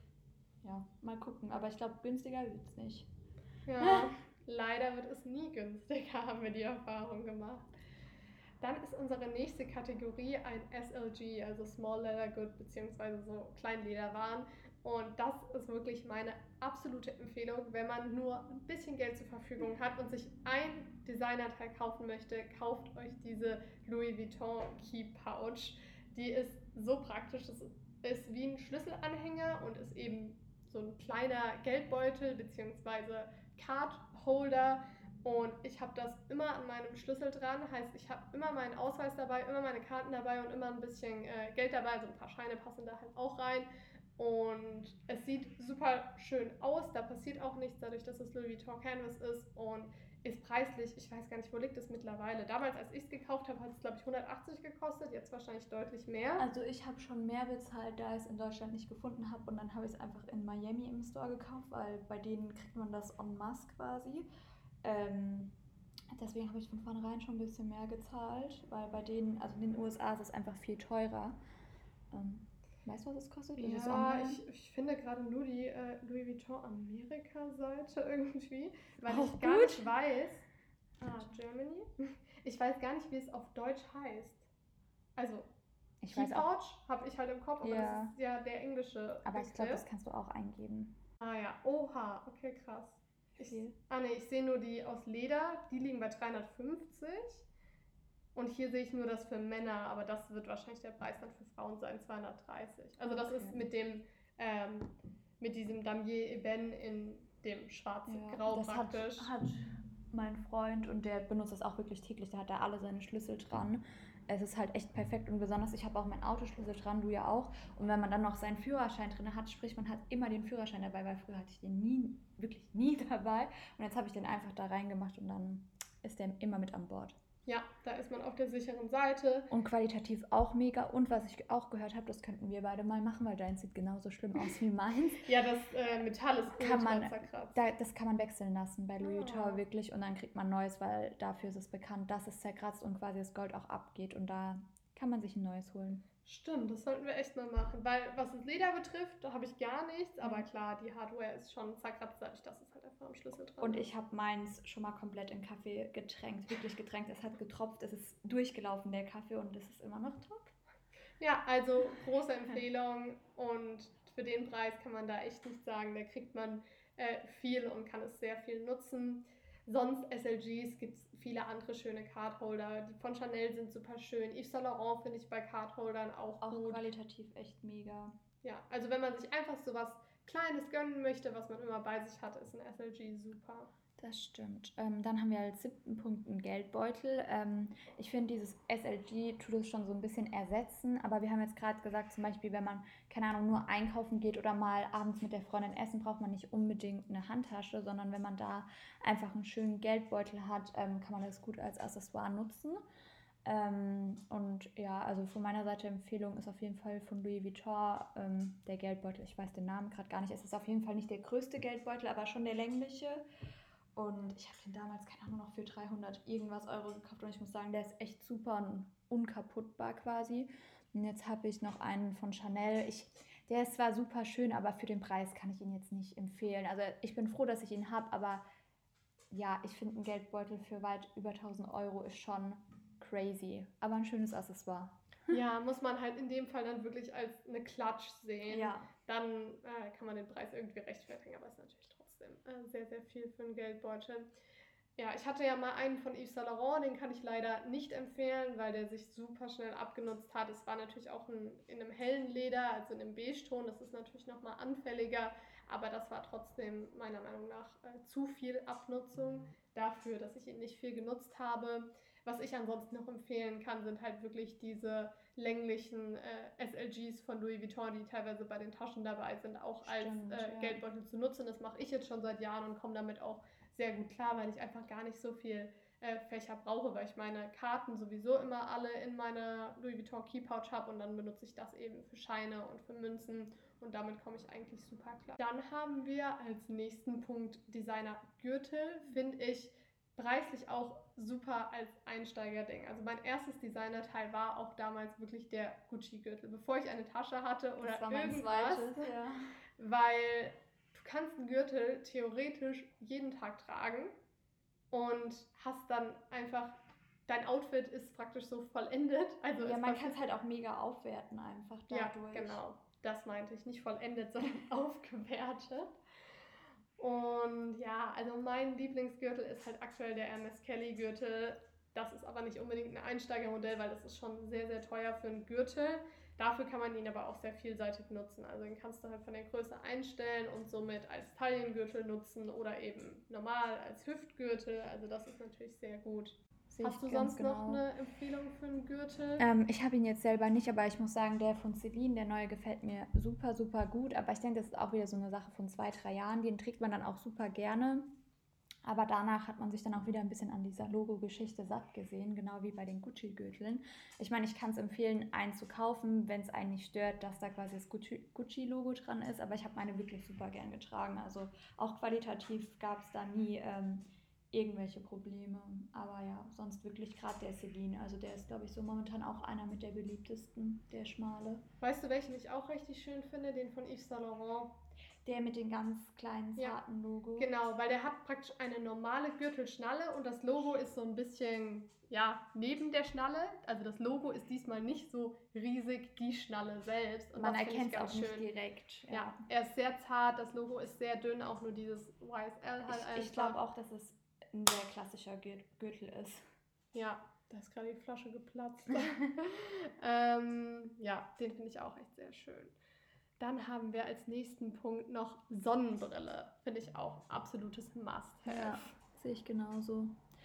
Ja, mal gucken. Aber ich glaube, günstiger wird es nicht. Ja. Leider wird es nie günstiger, haben wir die Erfahrung gemacht. Dann ist unsere nächste Kategorie ein S L G, also Small Leather Good, beziehungsweise so Kleinlederwaren. Und das ist wirklich meine absolute Empfehlung, wenn man nur ein bisschen Geld zur Verfügung hat und sich ein Designerteil kaufen möchte, kauft euch diese Louis Vuitton Key Pouch. Die ist so praktisch, es ist wie ein Schlüsselanhänger und ist eben so ein kleiner Geldbeutel, beziehungsweise Card Holder und ich habe das immer an meinem Schlüssel dran, heißt ich habe immer meinen Ausweis dabei, immer meine Karten dabei und immer ein bisschen äh, Geld dabei, also ein paar Scheine passen da halt auch rein und es sieht super schön aus, da passiert auch nichts, dadurch, dass es Louis Vuitton Canvas ist und ist preislich, ich weiß gar nicht, wo liegt es mittlerweile. Damals, als ich es gekauft habe, hat es, glaube ich, hundertachtzig gekostet, jetzt wahrscheinlich deutlich mehr. Also ich habe schon mehr bezahlt, da ich es in Deutschland nicht gefunden habe und dann habe ich es einfach in Miami im Store gekauft, weil bei denen kriegt man das en masse quasi. Ähm, deswegen habe ich von vornherein schon ein bisschen mehr gezahlt, weil bei denen, also in den U S A ist es einfach viel teurer. Ähm, weißt du, was es kostet? Ist es Ja, online? ich, ich finde gerade nur die äh, Louis Vuitton Amerika-Seite irgendwie, weil Auch ich gar gut. nicht weiß. Ah, Germany? Ich weiß gar nicht, wie es auf Deutsch heißt. Also, Ich Key weiß auch, Pouch habe ich halt im Kopf, aber Ja. das ist ja der englische aber ich glaube, Begriff. das kannst du auch eingeben. Ah ja, oha, okay, krass. Ich, Viel. ah ne, ich sehe nur die aus Leder, die liegen bei dreihundertfünfzig. Und hier sehe ich nur das für Männer, aber das wird wahrscheinlich der Preis dann für Frauen sein, zweihundertdreißig. Also das Okay. ist mit dem, ähm, mit diesem Damier Ebene in dem schwarz-grau das hat, praktisch. hat mein Freund und der benutzt das auch wirklich täglich. Der hat da alle seine Schlüssel dran. Es ist halt echt perfekt und besonders, ich habe auch meinen Autoschlüssel dran, du ja auch. Und wenn man dann noch seinen Führerschein drin hat, sprich man hat immer den Führerschein dabei, weil früher hatte ich den nie, wirklich nie dabei. Und jetzt habe ich den einfach da reingemacht und dann ist der immer mit an Bord. Ja, da ist man auf der sicheren Seite. Und qualitativ auch mega. Und was ich auch gehört habe, das könnten wir beide mal machen, weil deins sieht genauso schlimm aus wie meins. Ja, das äh, Metall ist Kann man, ultra zerkratzt. da, das kann man wechseln lassen bei Louis Vuitton Ah. wirklich und dann kriegt man neues, weil dafür ist es bekannt, dass es zerkratzt und quasi das Gold auch abgeht und da kann man sich ein neues holen. Stimmt, das sollten wir echt mal machen, weil was das Leder betrifft, da habe ich gar nichts, aber Mhm. klar, die Hardware ist schon zerkratzt, dadurch, dass es halt einfach am Schlüssel dran Und ist. ich habe meins schon mal komplett in Kaffee getränkt, wirklich getränkt. Es hat getropft, es ist durchgelaufen, der Kaffee, und es ist immer noch top. Ja, also große Empfehlung und für den Preis kann man da echt nicht sagen, da kriegt man äh, viel und kann es sehr viel nutzen. Sonst S L Gs gibt es viele andere schöne Cardholder, die von Chanel sind super schön. Yves Saint Laurent finde ich bei Cardholdern auch, Auch gut. qualitativ echt mega. Ja, also wenn man sich einfach so was Kleines gönnen möchte, was man immer bei sich hat, ist ein S L G super. Das stimmt. Ähm, dann haben wir als siebten Punkt einen Geldbeutel. Ähm, ich finde, dieses S L G tut es schon so ein bisschen ersetzen, aber wir haben jetzt gerade gesagt, zum Beispiel, wenn man, keine Ahnung, nur einkaufen geht oder mal abends mit der Freundin essen, braucht man nicht unbedingt eine Handtasche, sondern wenn man da einfach einen schönen Geldbeutel hat, ähm, kann man das gut als Accessoire nutzen. Ähm, und ja, also von meiner Seite Empfehlung ist auf jeden Fall von Louis Vuitton ähm, der Geldbeutel. Ich weiß den Namen gerade gar nicht. Es ist auf jeden Fall nicht der größte Geldbeutel, aber schon der längliche. Und ich habe den damals, keine Ahnung, noch für dreihundert irgendwas Euro gekauft. Und ich muss sagen, der ist echt super und unkaputtbar quasi. Und jetzt habe ich noch einen von Chanel. Ich, der ist zwar super schön, aber für den Preis kann ich ihn jetzt nicht empfehlen. Also ich bin froh, dass ich ihn habe, aber ja, ich finde, ein Geldbeutel für weit über tausend Euro ist schon crazy. Aber ein schönes Accessoire. Ja, muss man halt in dem Fall dann wirklich als eine Klatsch sehen. Ja. Dann äh, kann man den Preis irgendwie rechtfertigen, aber es ist natürlich trotzdem äh, sehr, sehr viel für einen Geldbeutel. Ja, ich hatte ja mal einen von Yves Saint Laurent, den kann ich leider nicht empfehlen, weil der sich super schnell abgenutzt hat. Es war natürlich auch ein, in einem hellen Leder, also in einem Beige-Ton, das ist natürlich nochmal anfälliger, aber das war trotzdem meiner Meinung nach äh, zu viel Abnutzung dafür, dass ich ihn nicht viel genutzt habe. Was ich ansonsten noch empfehlen kann, sind halt wirklich diese länglichen äh, S L Gs von Louis Vuitton, die teilweise bei den Taschen dabei sind, auch Stimmt, als äh, ja. Geldbeutel zu nutzen. Das mache ich jetzt schon seit Jahren und komme damit auch sehr gut klar, weil ich einfach gar nicht so viel äh, Fächer brauche, weil ich meine Karten sowieso immer alle in meiner Louis Vuitton Key Pouch habe und dann benutze ich das eben für Scheine und für Münzen und damit komme ich eigentlich super klar. Dann haben wir als nächsten Punkt Designer-Gürtel, finde ich preislich auch super als Einsteigerding. Also mein erstes Designerteil war auch damals wirklich der Gucci-Gürtel, bevor ich eine Tasche hatte oder Das war mein irgendwas, zweites, ja. weil du kannst einen Gürtel theoretisch jeden Tag tragen und hast dann einfach, dein Outfit ist praktisch so vollendet. Also Ja, es man passiert- kann es halt auch mega aufwerten einfach ja, dadurch. genau. Das meinte ich. Nicht vollendet, sondern aufgewertet. Und ja, also mein Lieblingsgürtel ist halt aktuell der Hermes Kelly Gürtel. Das ist aber nicht unbedingt ein Einsteigermodell, weil das ist schon sehr, sehr teuer für einen Gürtel. Dafür kann man ihn aber auch sehr vielseitig nutzen. Also den kannst du halt von der Größe einstellen und somit als Taillengürtel nutzen oder eben normal als Hüftgürtel. Also das ist natürlich sehr gut. Sehe Hast ich du ganz sonst noch genau. eine Empfehlung für einen Gürtel? Ähm, ich habe ihn jetzt selber nicht, aber ich muss sagen, der von Celine, der neue, gefällt mir super, super gut. Aber ich denke, das ist auch wieder so eine Sache von zwei, drei Jahren. Den trägt man dann auch super gerne. Aber danach hat man sich dann auch wieder ein bisschen an dieser Logo-Geschichte satt gesehen, genau wie bei den Gucci-Gürteln. Ich meine, ich kann es empfehlen, einen zu kaufen, wenn es einen nicht stört, dass da quasi das Gucci- Gucci-Logo dran ist. Aber ich habe meine wirklich super gern getragen. Also auch qualitativ gab es da nie ähm, irgendwelche Probleme. Aber ja, sonst wirklich gerade der Celine. Also der ist, glaube ich, so momentan auch einer mit der beliebtesten, der schmale. Weißt du, welchen ich auch richtig schön finde? Den von Yves Saint Laurent. Der mit dem ganz kleinen, Ja, zarten Logo. Genau, weil der hat praktisch eine normale Gürtelschnalle und das Logo ist so ein bisschen, ja, neben der Schnalle. Also das Logo ist diesmal nicht so riesig, die Schnalle selbst. Und Man das find ich erkennt es ganz auch nicht schön. direkt. Ja, Ja, er ist sehr zart, das Logo ist sehr dünn, auch nur dieses Y S L halt ich ich glaube auch, dass es ein sehr klassischer Gür- Gürtel ist. Ja, da ist gerade die Flasche geplatzt. ähm, ja, den finde ich auch echt sehr schön. Dann haben wir als nächsten Punkt noch Sonnenbrille. Finde ich auch absolutes Must-Have. Ja, sehe ich genauso.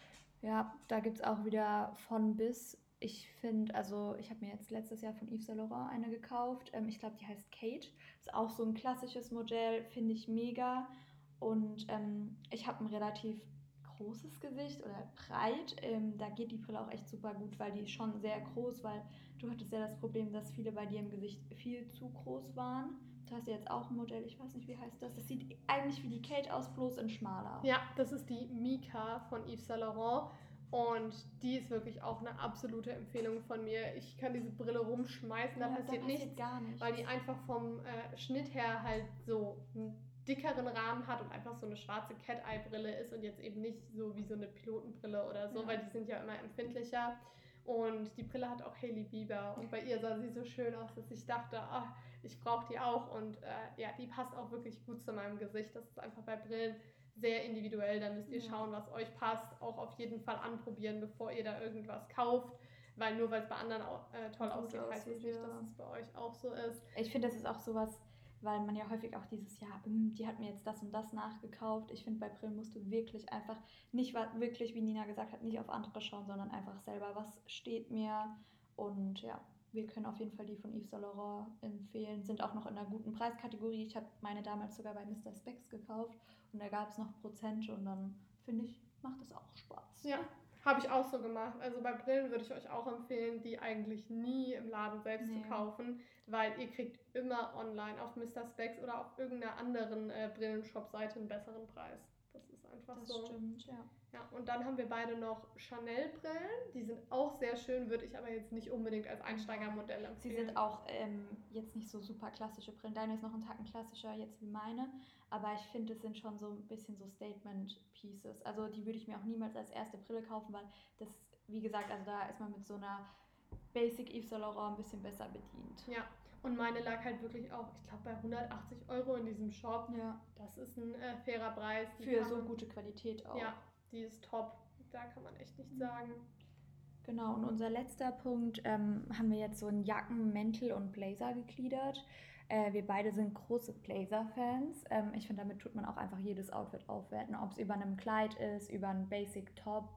Ja, da gibt es auch wieder von bis. Ich finde, also ich habe mir jetzt letztes Jahr von Yves Saint Laurent eine gekauft. Ähm, ich glaube, die heißt Kate. Ist auch so ein klassisches Modell, finde ich mega. Und ähm, ich habe ein relativ großes Gesicht oder breit. Ähm, da geht die Brille auch echt super gut, weil die ist schon sehr groß, weil du hattest ja das Problem, dass viele bei dir im Gesicht viel zu groß waren. Du hast ja jetzt auch ein Modell, ich weiß nicht, wie heißt das. Das sieht eigentlich wie die Kate aus, bloß in schmaler. Ja, das ist die Mika von Yves Saint Laurent. Und die ist wirklich auch eine absolute Empfehlung von mir. Ich kann diese Brille rumschmeißen, da Ja, passiert, da passiert nichts, gar nichts. weil die einfach vom äh, Schnitt her halt so einen dickeren Rahmen hat und einfach so eine schwarze Cat-Eye-Brille ist und jetzt eben nicht so wie so eine Pilotenbrille oder so, Ja. weil die sind ja immer empfindlicher. Und die Brille hat auch Hailey Bieber und bei ihr sah sie so schön aus, dass ich dachte, ach, ich brauche die auch. Und äh, ja, die passt auch wirklich gut zu meinem Gesicht. Das ist einfach bei Brillen sehr individuell. Da müsst ihr Ja. schauen, was euch passt. Auch auf jeden Fall anprobieren, bevor ihr da irgendwas kauft. Weil nur weil es bei anderen auch, äh, toll Gut aussieht, heißt es aussieht, nicht, ja. dass es bei euch auch so ist. Ich finde, das ist auch sowas, weil man ja häufig auch dieses Jahr, "Hm, die hat mir jetzt das und das nachgekauft." Ich finde, bei Brillen musst du wirklich einfach nicht wa- wirklich, wie Nina gesagt hat, nicht auf andere schauen, sondern einfach selber, was steht mir. Und ja, wir können auf jeden Fall die von Yves Saint Laurent empfehlen. Sind auch noch in einer guten Preiskategorie. Ich habe meine damals sogar bei Mister Spex gekauft und da gab es noch Prozente und dann finde ich, macht es auch Spaß. Ja, habe ich auch so gemacht. Also bei Brillen würde ich euch auch empfehlen, die eigentlich nie im Laden selbst Nee. zu kaufen, weil ihr kriegt immer online auf Mister Spex oder auf irgendeiner anderen äh, Brillenshop-Seite einen besseren Preis. Das ist einfach Das so. stimmt, ja. Ja, und dann haben wir beide noch Chanel-Brillen. Die sind auch sehr schön, würde ich aber jetzt nicht unbedingt als Einsteigermodell Sie empfehlen. sind auch ähm, jetzt nicht so super klassische Brillen. Deine ist noch ein Tacken klassischer jetzt wie meine, aber ich finde, es sind schon so ein bisschen so Statement-Pieces. Also die würde ich mir auch niemals als erste Brille kaufen, weil das, wie gesagt, also da ist man mit so einer Basic Yves Saint Laurent ein bisschen besser bedient. Ja, und meine lag halt wirklich auch, ich glaube, bei hundertachtzig Euro in diesem Shop. Ja. Das ist ein äh, fairer Preis. Die Für kann so man- gute Qualität auch. Ja, die ist top. Da kann man echt nichts sagen. Genau, und unser letzter Punkt ähm, haben wir jetzt so in Jacken, Mäntel und Blazer gegliedert. Äh, wir beide sind große Blazer-Fans. Ähm, ich finde, damit tut man auch einfach jedes Outfit aufwerten, ob es über einem Kleid ist, über einen Basic-Top.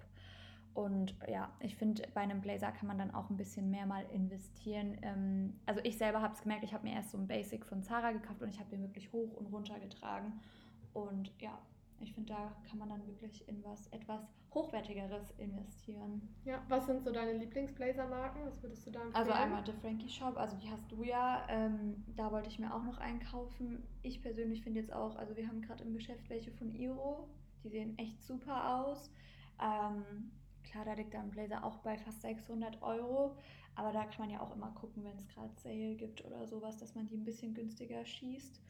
Und ja, ich finde, bei einem Blazer kann man dann auch ein bisschen mehr mal investieren. Ähm, also ich selber habe es gemerkt, ich habe mir erst so einen Basic von Zara gekauft und ich habe den wirklich hoch und runter getragen. Und ja, ich finde, da kann man dann wirklich in was etwas Hochwertigeres investieren. Ja, was sind so deine Lieblingsblazer-Marken? Was würdest du da empfehlen? Also einmal The Frankie Shop, also die hast du ja, ähm, da wollte ich mir auch noch einkaufen. Ich persönlich finde jetzt auch, also wir haben gerade im Geschäft welche von Iro, die sehen echt super aus. Ähm, klar, da liegt ein Blazer auch bei fast sechshundert Euro, aber da kann man ja auch immer gucken, wenn es gerade Sale gibt oder sowas, dass man die ein bisschen günstiger schießt.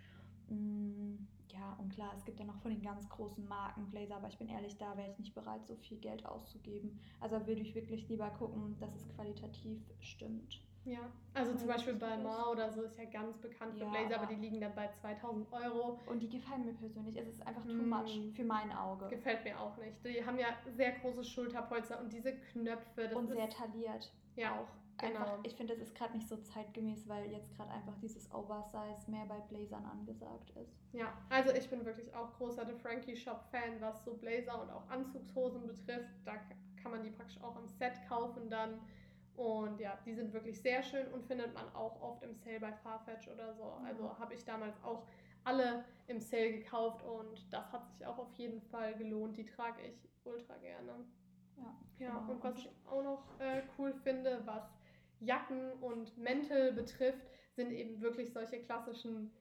Mm, ja, und klar, es gibt ja noch von den ganz großen Marken Blazer, aber ich bin ehrlich, da wäre ich nicht bereit, so viel Geld auszugeben. Also da würde ich wirklich lieber gucken, dass es qualitativ stimmt. Ja, also zum Ja, Beispiel das ist Balmain oder so ist ja ganz bekannt für Ja, Blazer, aber aber- die liegen dann bei zweitausend Euro. Und die gefallen mir persönlich. Es ist einfach too Mm. much für mein Auge. Gefällt mir auch nicht. Die haben ja sehr große Schulterpolster und diese Knöpfe, das Und ist sehr tailliert Ja, auch. genau. Einfach, ich finde, das ist gerade nicht so zeitgemäß, weil jetzt gerade einfach dieses Oversize mehr bei Blazern angesagt ist. Ja, also ich bin wirklich auch großer The Frankie Shop Fan, was so Blazer und auch Anzugshosen betrifft. Da k- kann man die praktisch auch im Set kaufen dann. Und ja, die sind wirklich sehr schön und findet man auch oft im Sale bei Farfetch oder so. Also habe ich damals auch alle im Sale gekauft und das hat sich auch auf jeden Fall gelohnt. Die trage ich ultra gerne. Ja, Ja, genau. und was ich auch noch äh, cool finde, was Jacken und Mäntel betrifft, sind eben wirklich solche klassischen.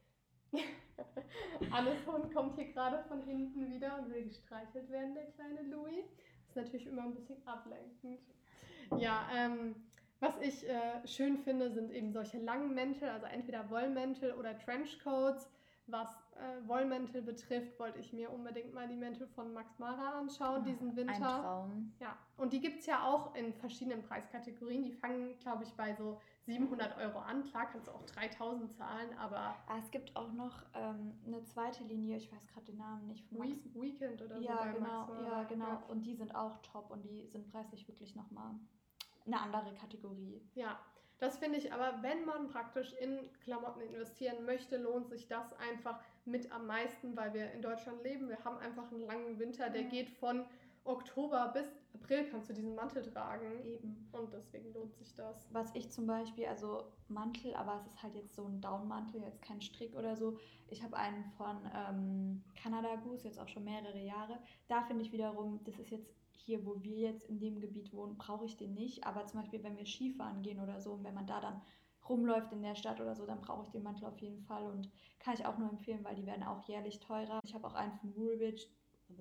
Annes Hund kommt hier gerade von hinten wieder und will gestreichelt werden, der kleine Louis. Das ist natürlich immer ein bisschen ablenkend. Ja, ähm, was ich äh, schön finde, sind eben solche langen Mäntel, also entweder Wollmäntel oder Trenchcoats. Was äh, Wollmäntel betrifft, wollte ich mir unbedingt mal die Mäntel von Max Mara anschauen, diesen Winter. Ein Traum. Ja, und die gibt es ja auch in verschiedenen Preiskategorien. Die fangen, glaube ich, bei so siebenhundert Euro an. Klar kannst du auch dreitausend zahlen, aber... Ah, es gibt auch noch ähm, eine zweite Linie, ich weiß gerade den Namen nicht. Von Max. We- Weekend oder so Ja, bei genau, Max Mara. ja, genau. Ja. Und die sind auch top und die sind preislich wirklich nochmal eine andere Kategorie. Ja, das finde ich aber, wenn man praktisch in Klamotten investieren möchte, lohnt sich das einfach mit am meisten, weil wir in Deutschland leben. Wir haben einfach einen langen Winter, der Ja. geht von Oktober bis April kannst du diesen Mantel tragen. Eben. Und deswegen lohnt sich das. Was ich zum Beispiel, also Mantel, aber es ist halt jetzt so ein Downmantel, jetzt kein Strick oder so. Ich habe einen von ähm, Canada Goose, jetzt auch schon mehrere Jahre. Da finde ich wiederum, das ist jetzt hier, wo wir jetzt in dem Gebiet wohnen, brauche ich den nicht. Aber zum Beispiel, wenn wir Skifahren gehen oder so und wenn man da dann rumläuft in der Stadt oder so, dann brauche ich den Mantel auf jeden Fall und kann ich auch nur empfehlen, weil die werden auch jährlich teurer. Ich habe auch einen von Woolrich,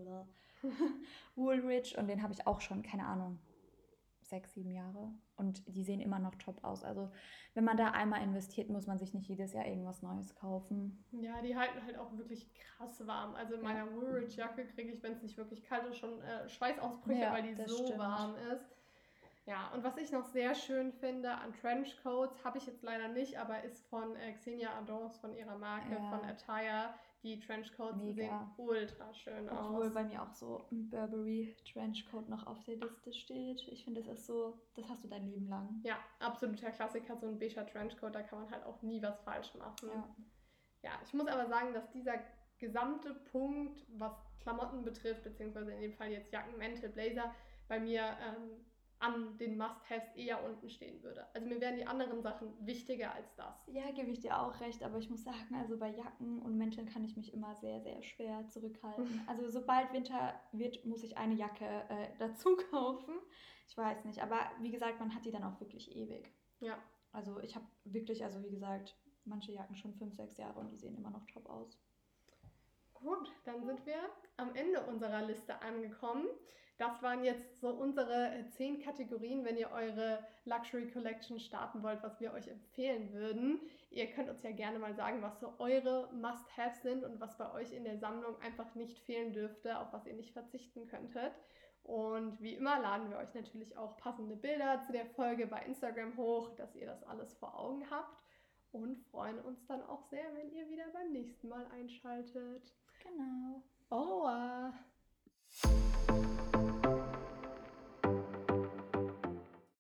Woolrich und den habe ich auch schon, keine Ahnung, sechs, sieben Jahre und die sehen immer noch top aus. Also wenn man da einmal investiert, muss man sich nicht jedes Jahr irgendwas Neues kaufen. Ja, die halten halt auch wirklich krass warm. Also in meiner Woolrich-Jacke kriege ich, wenn es nicht wirklich kalt ist, schon äh, Schweißausbrüche, Ja, weil die das so stimmt. warm ist. Ja, und was ich noch sehr schön finde an Trenchcoats, habe ich jetzt leider nicht, aber ist von äh, Xenia Adons, von ihrer Marke, Ja. von Attire. Die Trenchcoats Mega. sehen ultra schön Obwohl aus. bei mir auch so ein Burberry Trenchcoat noch auf der Liste steht. Ich finde, das ist so, das hast du dein Leben lang. Ja, absoluter Klassiker, so ein beiger Trenchcoat, da kann man halt auch nie was falsch machen. Ja. Ja, ich muss aber sagen, dass dieser gesamte Punkt, was Klamotten betrifft, beziehungsweise in dem Fall jetzt Jacken, Mäntel, Blazer, bei mir ähm, an den Must-Haves eher unten stehen würde. Also mir wären die anderen Sachen wichtiger als das. Ja, gebe ich dir auch recht, aber ich muss sagen, also bei Jacken und Mänteln kann ich mich immer sehr, sehr schwer zurückhalten. Also sobald Winter wird, muss ich eine Jacke äh, dazu kaufen. Ich weiß nicht, aber wie gesagt, man hat die dann auch wirklich ewig. Ja. Also ich habe wirklich, also wie gesagt, manche Jacken schon fünf, sechs Jahre und die sehen immer noch top aus. Gut, dann sind wir am Ende unserer Liste angekommen. Das waren jetzt so unsere zehn Kategorien, wenn ihr eure Luxury Collection starten wollt, was wir euch empfehlen würden. Ihr könnt uns ja gerne mal sagen, was so eure Must-Haves sind und was bei euch in der Sammlung einfach nicht fehlen dürfte, auf was ihr nicht verzichten könntet. Und wie immer laden wir euch natürlich auch passende Bilder zu der Folge bei Instagram hoch, dass ihr das alles vor Augen habt. Und freuen uns dann auch sehr, wenn ihr wieder beim nächsten Mal einschaltet. Genau. Au revoir!